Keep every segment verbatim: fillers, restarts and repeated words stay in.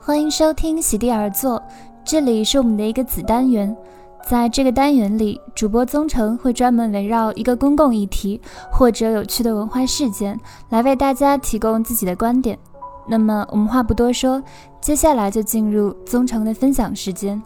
欢迎收听席地而坐，这里是我们的一个子单元。在这个单元里，主播宗成会专门围绕一个公共议题或者有趣的文化事件来为大家提供自己的观点。那么我们话不多说，接下来就进入宗成的分享时间。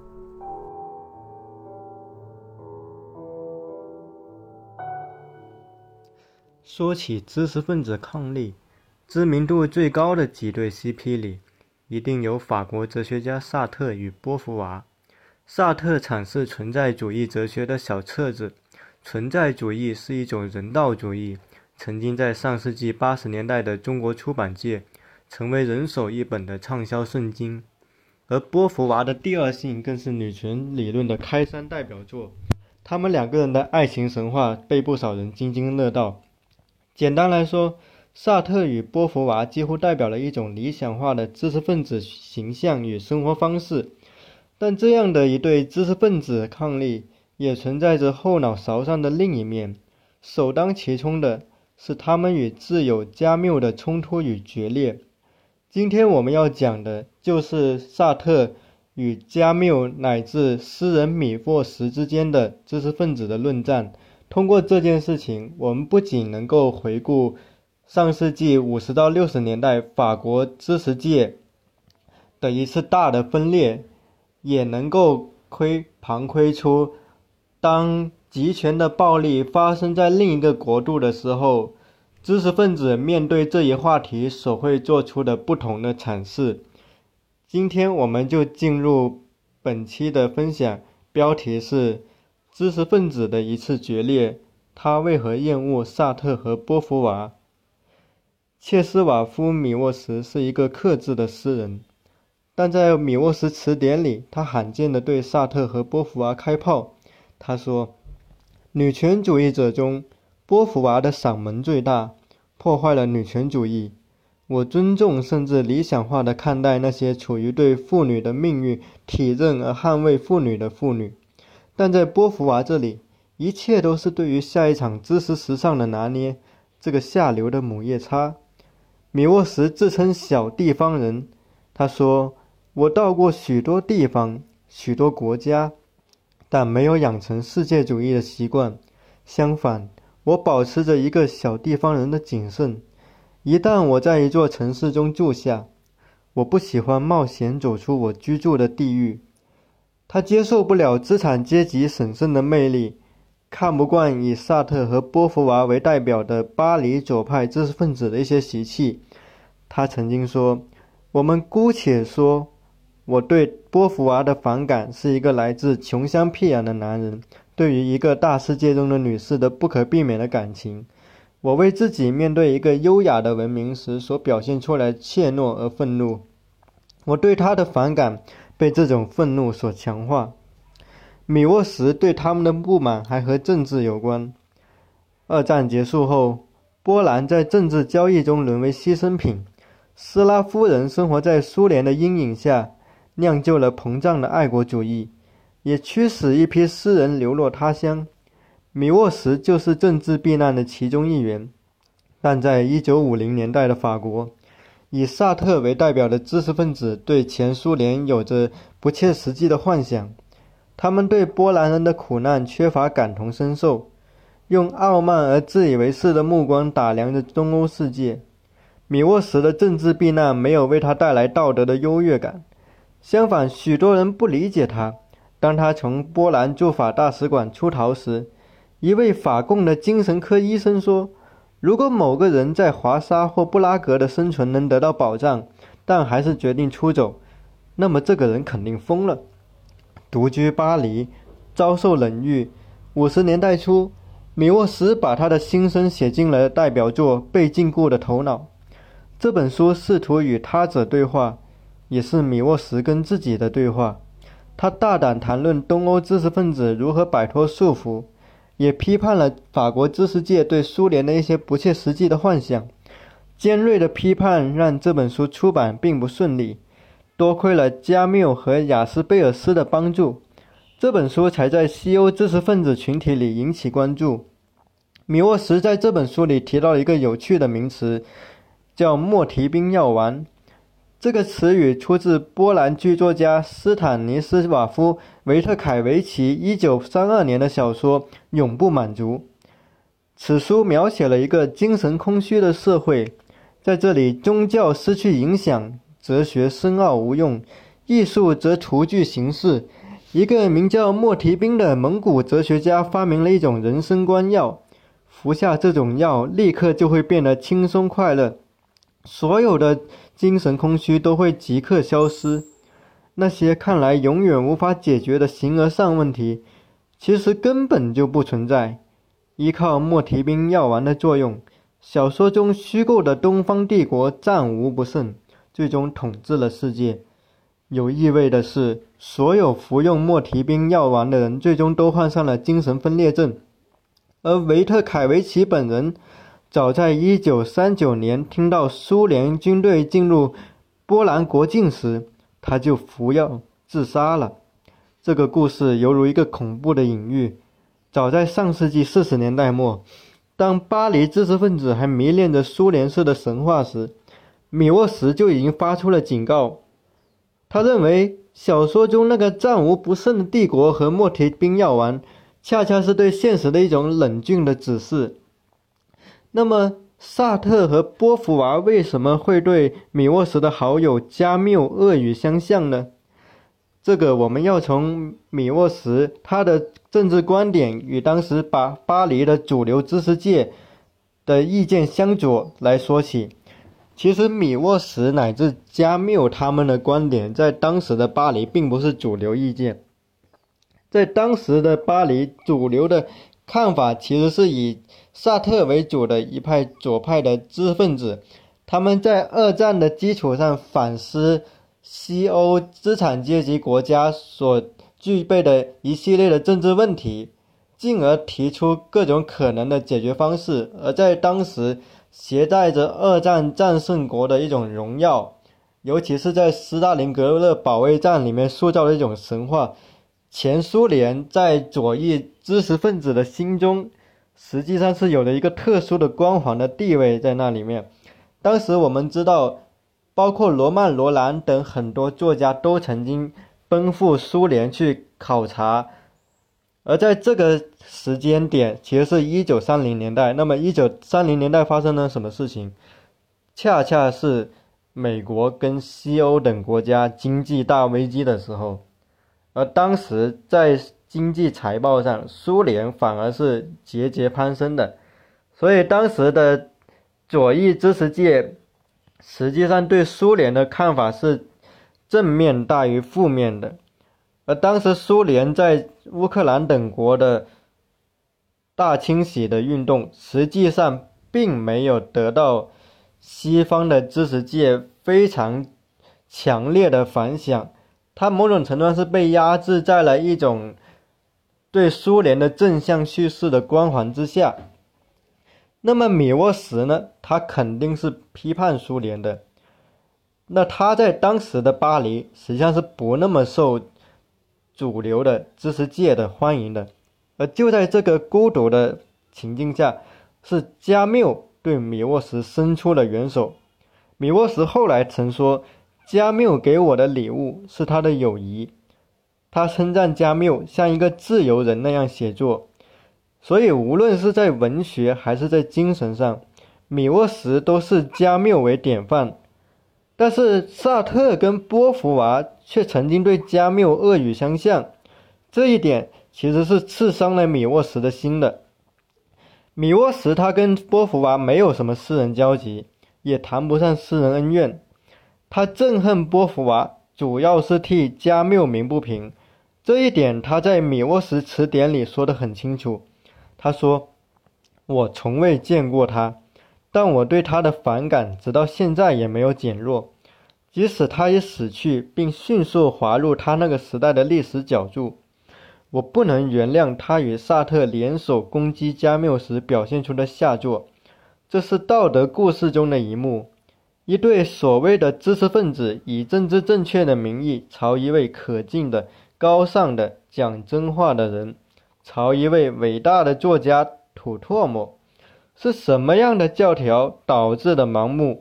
说起知识分子抗力，知名度最高的几对 C P 里，一定有法国哲学家萨特与波伏娃。萨特阐释存在主义哲学的小册子《存在主义是一种人道主义》，曾经在上世纪八十年代的中国出版界成为人手一本的畅销圣经。而波伏娃的《第二性》更是女权理论的开山代表作，他们两个人的爱情神话被不少人津津乐道。简单来说，萨特与波伏娃几乎代表了一种理想化的知识分子形象与生活方式，但这样的一对知识分子抗力也存在着后脑勺上的另一面，首当其冲的是他们与挚友加缪的冲突与决裂。今天我们要讲的就是萨特与加缪乃至诗人米沃什之间的知识分子的论战。通过这件事情，我们不仅能够回顾上世纪五十到六十年代法国知识界的一次大的分裂，也能够窥旁窥出当集权的暴力发生在另一个国度的时候，知识分子面对这一话题所会做出的不同的阐释。今天我们就进入本期的分享，标题是知识分子的一次决裂，他为何厌恶萨特和波伏娃？切斯瓦夫·米沃什是一个克制的诗人，但在米沃什词典里，他罕见地对萨特和波伏娃开炮。他说，女权主义者中，波伏娃的嗓门最大，破坏了女权主义。我尊重甚至理想化地看待那些处于对妇女的命运体认而捍卫妇女的妇女，但在波伏娃这里，一切都是对于下一场知识时尚的拿捏，这个下流的母夜叉。米沃什自称小地方人，他说，我到过许多地方，许多国家，但没有养成世界主义的习惯。相反，我保持着一个小地方人的谨慎。一旦我在一座城市中住下，我不喜欢冒险走出我居住的地域。他接受不了资产阶级神圣的魅力，看不惯以萨特和波伏娃为代表的巴黎左派知识分子的一些习气。他曾经说，我们姑且说我对波伏娃的反感是一个来自穷乡僻壤的男人对于一个大世界中的女士的不可避免的感情。我为自己面对一个优雅的文明时所表现出来怯懦而愤怒，我对他的反感被这种愤怒所强化。米沃什对他们的不满还和政治有关。二战结束后，波兰在政治交易中沦为牺牲品，斯拉夫人生活在苏联的阴影下，酿就了膨胀的爱国主义，也驱使一批诗人流落他乡。米沃什就是政治避难的其中一员。但在一九五零年代的法国，以萨特为代表的知识分子对前苏联有着不切实际的幻想，他们对波兰人的苦难缺乏感同身受，用傲慢而自以为是的目光打量着东欧世界。米沃什的政治避难没有为他带来道德的优越感，相反，许多人不理解他。当他从波兰驻法大使馆出逃时，一位法共的精神科医生说，如果某个人在华沙或布拉格的生存能得到保障，但还是决定出走，那么这个人肯定疯了。独居巴黎，遭受冷遇。五十年代初，米沃什把他的心声写进了代表作《被禁锢的头脑》。这本书试图与他者对话，也是米沃什跟自己的对话。他大胆谈论东欧知识分子如何摆脱束缚，也批判了法国知识界对苏联的一些不切实际的幻想。尖锐的批判让这本书出版并不顺利，多亏了加缪和雅斯贝尔斯的帮助，这本书才在西欧知识分子群体里引起关注。米沃什在这本书里提到了一个有趣的名词，叫莫提宾药丸。 这个词语出自波兰剧作家斯坦尼斯瓦夫·维特凯维奇一九三二年的小说《永不满足》。此书描写了一个精神空虚的社会，在这里宗教失去影响，哲学深奥无用，艺术则徒具形式。一个名叫莫提宾的蒙古哲学家发明了一种人生观药，服下这种药立刻就会变得轻松快乐，所有的精神空虚都会即刻消失。那些看来永远无法解决的形而上问题，其实根本就不存在。依靠莫提宾药丸的作用，小说中虚构的东方帝国战无不胜，最终统治了世界。有意味的是，所有服用莫提宾药丸的人最终都患上了精神分裂症。而维特凯维奇本人早在一九三九年听到苏联军队进入波兰国境时，他就服药自杀了。这个故事犹如一个恐怖的隐喻。早在上世纪四十年代末，当巴黎知识分子还迷恋着苏联式的神话时，米沃什就已经发出了警告。他认为小说中那个战无不胜的帝国和莫提宾药丸恰恰是对现实的一种冷峻的指示。那么萨特和波伏娃为什么会对米沃什的好友加缪恶语相向呢？这个我们要从米沃什他的政治观点与当时把巴黎的主流知识界的意见相左来说起。其实米沃什乃至加缪他们的观点在当时的巴黎并不是主流意见。在当时的巴黎，主流的看法其实是以萨特为主的一派左派的知识分子，他们在二战的基础上反思西欧资产阶级国家所具备的一系列的政治问题，进而提出各种可能的解决方式。而在当时携带着二战战胜国的一种荣耀，尤其是在斯大林格勒保卫战里面塑造的一种神话，前苏联在左翼知识分子的心中实际上是有着一个特殊的光环的地位在那里面。当时我们知道包括罗曼·罗兰等很多作家都曾经奔赴苏联去考察，而在这个时间点其实是一九三零年代。那么一九三零年代发生了什么事情？恰恰是美国跟西欧等国家经济大危机的时候，而当时在经济财报上苏联反而是节节攀升的，所以当时的左翼知识界实际上对苏联的看法是正面大于负面的。而当时苏联在乌克兰等国的大清洗的运动实际上并没有得到西方的知识界非常强烈的反响，它某种程度上是被压制在了一种对苏联的正向叙事的光环之下。那么米沃什呢，他肯定是批判苏联的，那他在当时的巴黎实际上是不那么受主流的知识界的欢迎的。而就在这个孤独的情境下，是加缪对米沃什伸出了援手。米沃什后来曾说，加缪给我的礼物是他的友谊。他称赞加缪像一个自由人那样写作。所以无论是在文学还是在精神上，米沃什都是加缪为典范。但是萨特跟波伏娃却曾经对加缪恶语相向，这一点其实是刺伤了米沃什的心的。米沃什他跟波伏娃没有什么私人交集，也谈不上私人恩怨。他憎恨波伏娃主要是替加缪鸣不平，这一点他在米沃什词典里说得很清楚。他说，我从未见过他，但我对他的反感直到现在也没有减弱，即使他已死去并迅速滑入他那个时代的历史角柱。我不能原谅他与萨特联手攻击加缪时表现出的下作，这是道德故事中的一幕，一对所谓的知识分子以政治正确的名义朝一位可敬的、高尚的、讲真话的人，朝一位伟大的作家吐唾沫。是什么样的教条导致的盲目？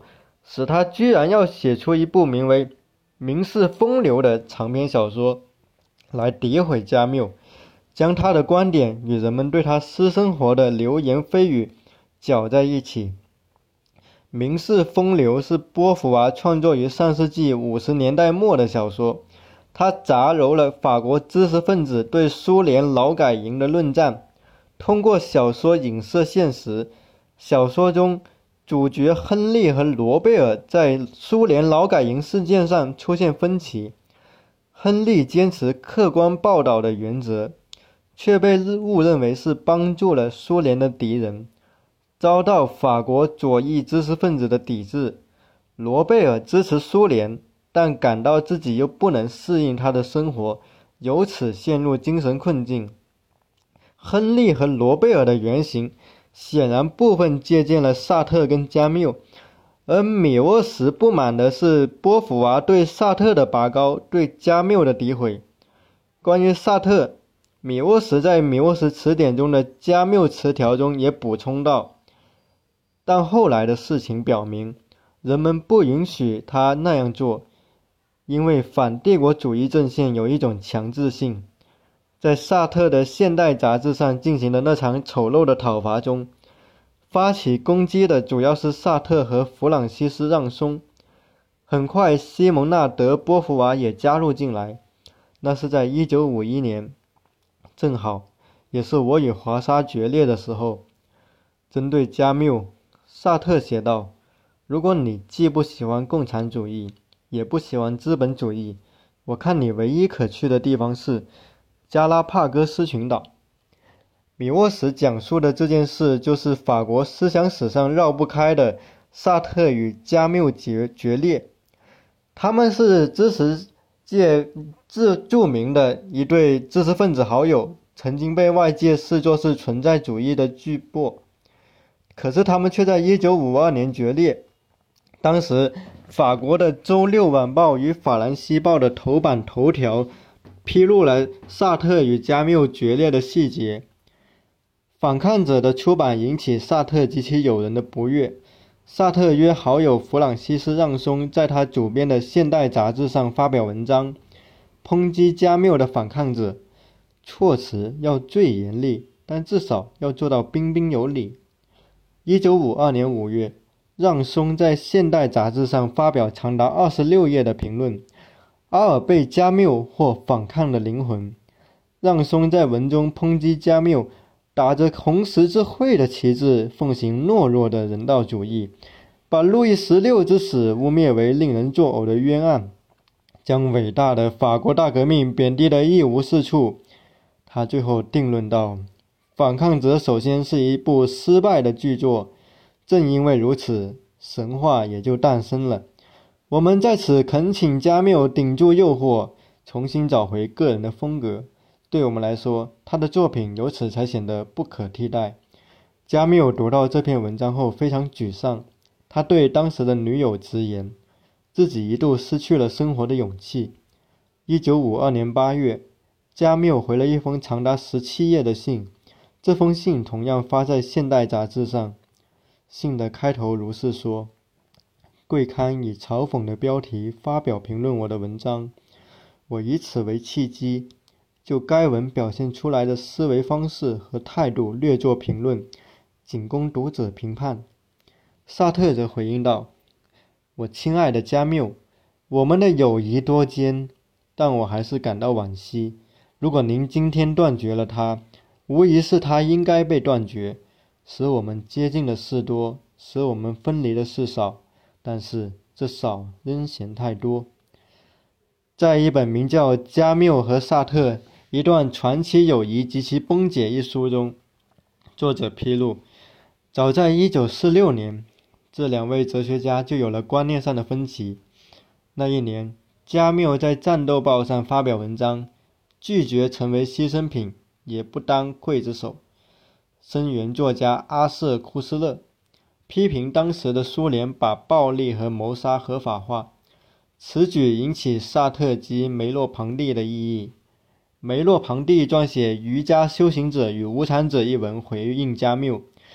使他居然要写出一部名为《名士风流》的长篇小说来诋毁加缪，将他的观点与人们对他私生活的流言蜚语搅在一起。《名士风流》是波伏娃创作于上世纪五十年代末的小说，它杂糅了法国知识分子对苏联劳改营的论战，通过小说影射现实。小说中主角亨利和罗贝尔在苏联劳改营事件上出现分歧，亨利坚持客观报道的原则，却被误认为是帮助了苏联的敌人，遭到法国左翼知识分子的抵制。罗贝尔支持苏联，但感到自己又不能适应他的生活，由此陷入精神困境。亨利和罗贝尔的原型显然部分借鉴了萨特跟加缪，而米沃什不满的是波伏娃对萨特的拔高，对加缪的诋毁。关于萨特，米沃什在米沃什词典中的加缪词条中也补充道，但后来的事情表明，人们不允许他那样做，因为反帝国主义阵线有一种强制性。在萨特的现代杂志上进行的那场丑陋的讨伐中，发起攻击的主要是萨特和弗朗西斯让松。很快西蒙纳德波伏娃也加入进来，那是在一九五一年，正好也是我与华沙决裂的时候。针对加缪，萨特写道，如果你既不喜欢共产主义，也不喜欢资本主义，我看你唯一可去的地方是加拉帕戈斯群岛。米沃什讲述的这件事，就是法国思想史上绕不开的萨特与加缪决决裂。他们是知识界自著名的一对知识分子好友，曾经被外界视作是存在主义的巨擘。可是他们却在一九五二年决裂。当时法国的《周六晚报》与《法兰西报》的头版头条披露了萨特与加缪决裂的细节。反抗者的出版引起萨特及其友人的不悦，萨特约好友弗朗西斯让松在他主编的《现代》杂志上发表文章，抨击加缪的反抗者，措辞要最严厉，但至少要做到彬彬有礼。一九五二年五月，让松在《现代》杂志上发表长达二十六页的评论，阿尔贝·加缪或反抗的灵魂。让松在文中抨击加缪打着红十字会的旗帜奉行懦弱的人道主义，把路易十六之死污蔑为令人作呕的冤案，将伟大的法国大革命贬低得一无是处。他最后定论道，反抗者首先是一部失败的巨作，正因为如此，神话也就诞生了。我们在此恳请加缪顶住诱惑，重新找回个人的风格。对我们来说，他的作品由此才显得不可替代。加缪读到这篇文章后非常沮丧，他对当时的女友直言，自己一度失去了生活的勇气。一九五二年八月，加缪回了一封长达十七页的信，这封信同样发在《现代》杂志上。信的开头如是说，贵刊以嘲讽的标题发表评论我的文章，我以此为契机，就该文表现出来的思维方式和态度略作评论，仅供读者评判。萨特则回应道，我亲爱的加缪，我们的友谊多艰，但我还是感到惋惜。如果您今天断绝了他，无疑是他应该被断绝，使我们接近的事多，使我们分离的事少，但是这少仍嫌太多。在一本名叫《加缪和萨特：一段传奇友谊及其崩解》一书中，作者披露，早在一九四六年，这两位哲学家就有了观念上的分歧。那一年，加缪在《战斗报》上发表文章，拒绝成为牺牲品，也不当刽子手。声援作家阿瑟·库斯勒，批评当时的苏联把暴力和谋杀合法化。此举引起萨特及梅洛庞蒂的异议。梅洛庞蒂撰写《瑜伽修行者与无产者》一文回应加缪，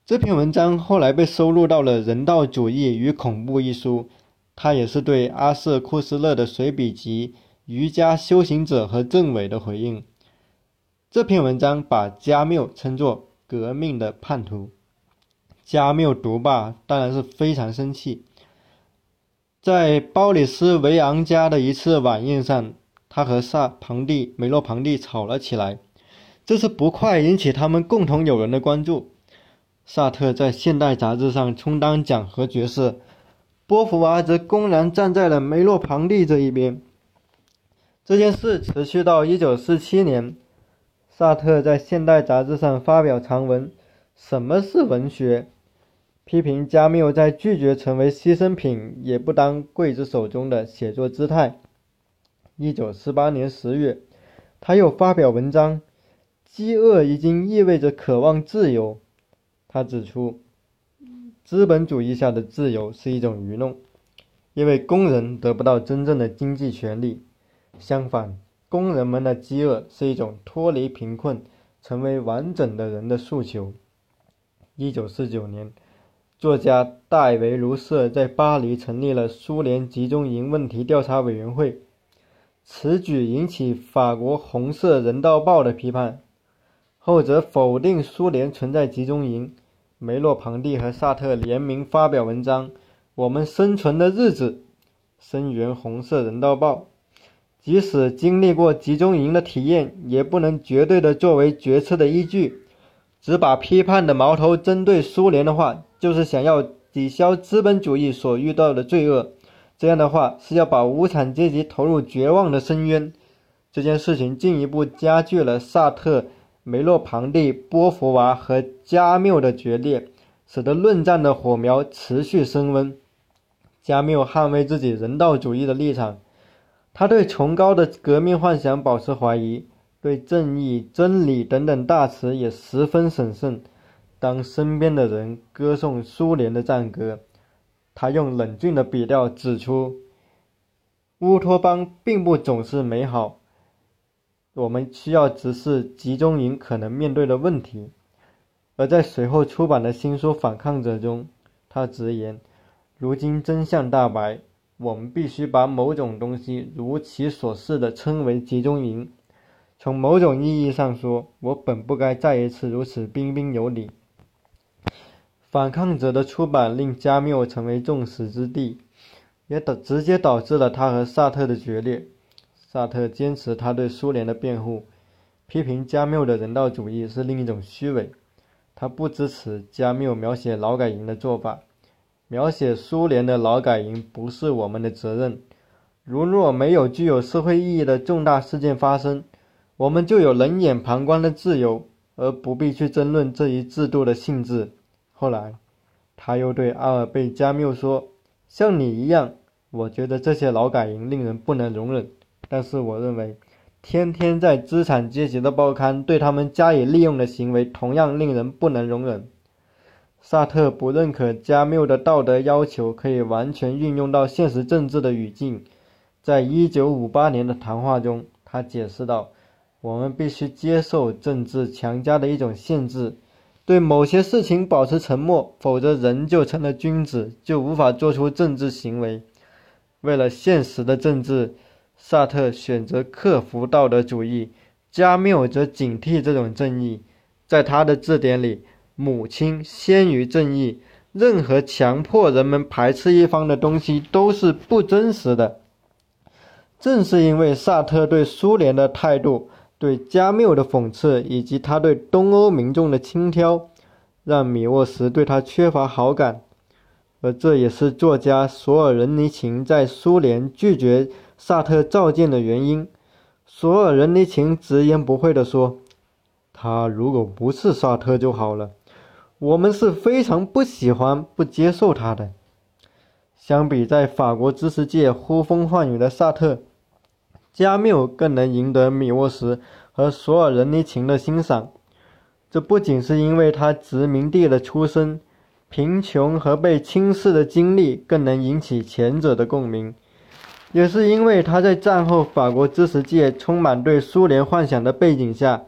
这篇文章后来被收录到了《人道主义与恐怖》一书，它也是对阿瑟·库斯勒的随笔集《瑜伽修行者和政委》的回应。这篇文章把加缪称作革命的叛徒。加缪读罢当然是非常生气，在鲍里斯·维昂家的一次晚宴上，他和萨庞蒂、梅洛庞蒂吵了起来，这次不快引起他们共同友人的关注。萨特在《现代》杂志上充当讲和角色，波伏娃则公然站在了梅洛庞蒂这一边。这件事持续到一九四七年，萨特在《现代》杂志上发表长文《什么是文学》，批评加缪在拒绝成为牺牲品也不当刽子手中的写作姿态。一九四八年十月，他又发表文章《饥饿已经意味着渴望自由》。他指出，资本主义下的自由是一种愚弄，因为工人得不到真正的经济权利。相反，工人们的饥饿是一种脱离贫困、成为完整的人的诉求。一九四九年，作家戴维·卢瑟在巴黎成立了苏联集中营问题调查委员会，此举引起法国红色人道报的批判，后者否定苏联存在集中营。梅洛庞蒂和萨特联名发表文章《我们生存的日子》，声援红色人道报。即使经历过集中营的体验，也不能绝对的作为决策的依据。只把批判的矛头针对苏联的话，就是想要抵消资本主义所遇到的罪恶，这样的话是要把无产阶级投入绝望的深渊。这件事情进一步加剧了萨特、梅洛庞蒂、波伏娃和加缪的决裂，使得论战的火苗持续升温。加缪捍卫自己人道主义的立场，他对崇高的革命幻想保持怀疑，对正义、真理等等大词也十分审慎。当身边的人歌颂苏联的战歌，他用冷峻的笔调指出，乌托邦并不总是美好，我们需要直视集中营可能面对的问题。而在随后出版的新书《反抗者》中，他直言，如今真相大白，我们必须把某种东西如其所示地称为集中营。从某种意义上说，我本不该再一次如此彬彬有礼。反抗者的出版令加缪成为众矢之的，也直接导致了他和萨特的决裂。萨特坚持他对苏联的辩护，批评加缪的人道主义是另一种虚伪。他不支持加缪描写劳改营的做法，描写苏联的劳改营不是我们的责任。如若没有具有社会意义的重大事件发生，我们就有冷眼旁观的自由，而不必去争论这一制度的性质。后来，他又对阿尔贝·加缪说，像你一样，我觉得这些劳改营令人不能容忍，但是我认为天天在资产阶级的报刊对他们加以利用的行为同样令人不能容忍。萨特不认可加缪的道德要求可以完全运用到现实政治的语境。在一九五八年的谈话中，他解释道，我们必须接受政治强加的一种限制，对某些事情保持沉默，否则人就成了君子，就无法做出政治行为。为了现实的政治，萨特选择克服道德主义，加缪则警惕这种正义。在他的字典里，母亲先于正义，任何强迫人们排斥一方的东西都是不真实的。正是因为萨特对苏联的态度，对加缪的讽刺，以及他对东欧民众的轻佻，让米沃什对他缺乏好感。而这也是作家索尔仁尼琴在苏联拒绝萨特召见的原因。索尔仁尼琴直言不讳地说，他如果不是萨特就好了，我们是非常不喜欢不接受他的。相比在法国知识界呼风唤雨的萨特，加缪更能赢得米沃什和索尔仁尼琴的欣赏。这不仅是因为他殖民地的出身，贫穷和被轻视的经历更能引起前者的共鸣，也是因为他在战后法国知识界充满对苏联幻想的背景下，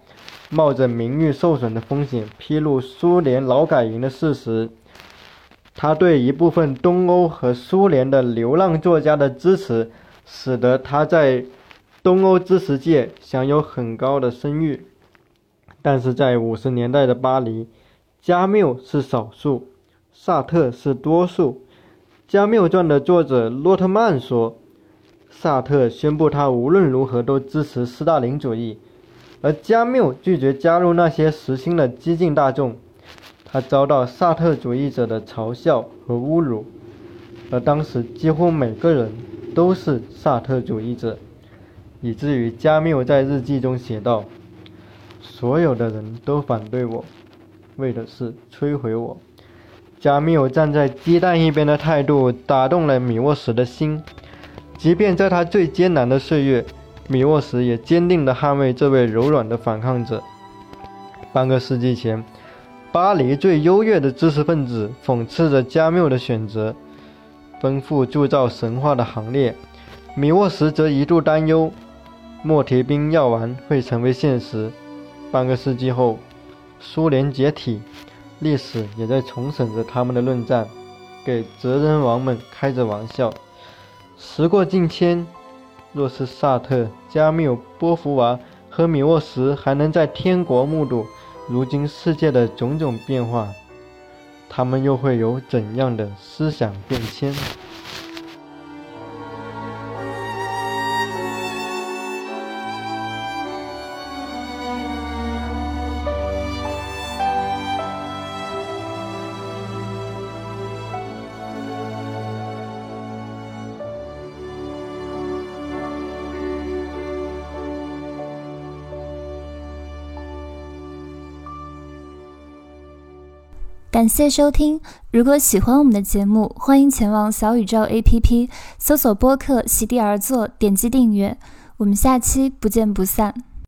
冒着名誉受损的风险披露苏联劳改营的事实。他对一部分东欧和苏联的流浪作家的支持，使得他在东欧知识界享有很高的声誉。但是在五十年代的巴黎，加缪是少数，萨特是多数。加缪传的作者洛特曼说，萨特宣布他无论如何都支持斯大林主义，而加缪拒绝加入那些实心的激进大众。他遭到萨特主义者的嘲笑和侮辱，而当时几乎每个人都是萨特主义者，以至于加缪在日记中写道，所有的人都反对我，为的是摧毁我。加缪站在鸡蛋一边的态度打动了米沃什的心，即便在他最艰难的岁月，米沃什也坚定地捍卫这位柔软的反抗者。半个世纪前，巴黎最优越的知识分子讽刺着加缪的选择，奔赴铸造神话的行列。米沃什则一度担忧莫提兵药丸会成为现实。半个世纪后，苏联解体，历史也在重审着他们的论战，给哲人王们开着玩笑。时过境迁，若是萨特、加缪、波伏娃和米沃什还能在天国目睹如今世界的种种变化，他们又会有怎样的思想变迁？ 感谢收听，如果喜欢我们的节目，欢迎前往小宇宙 A P P 搜索播客席地而坐，点击订阅。我们下期不见不散。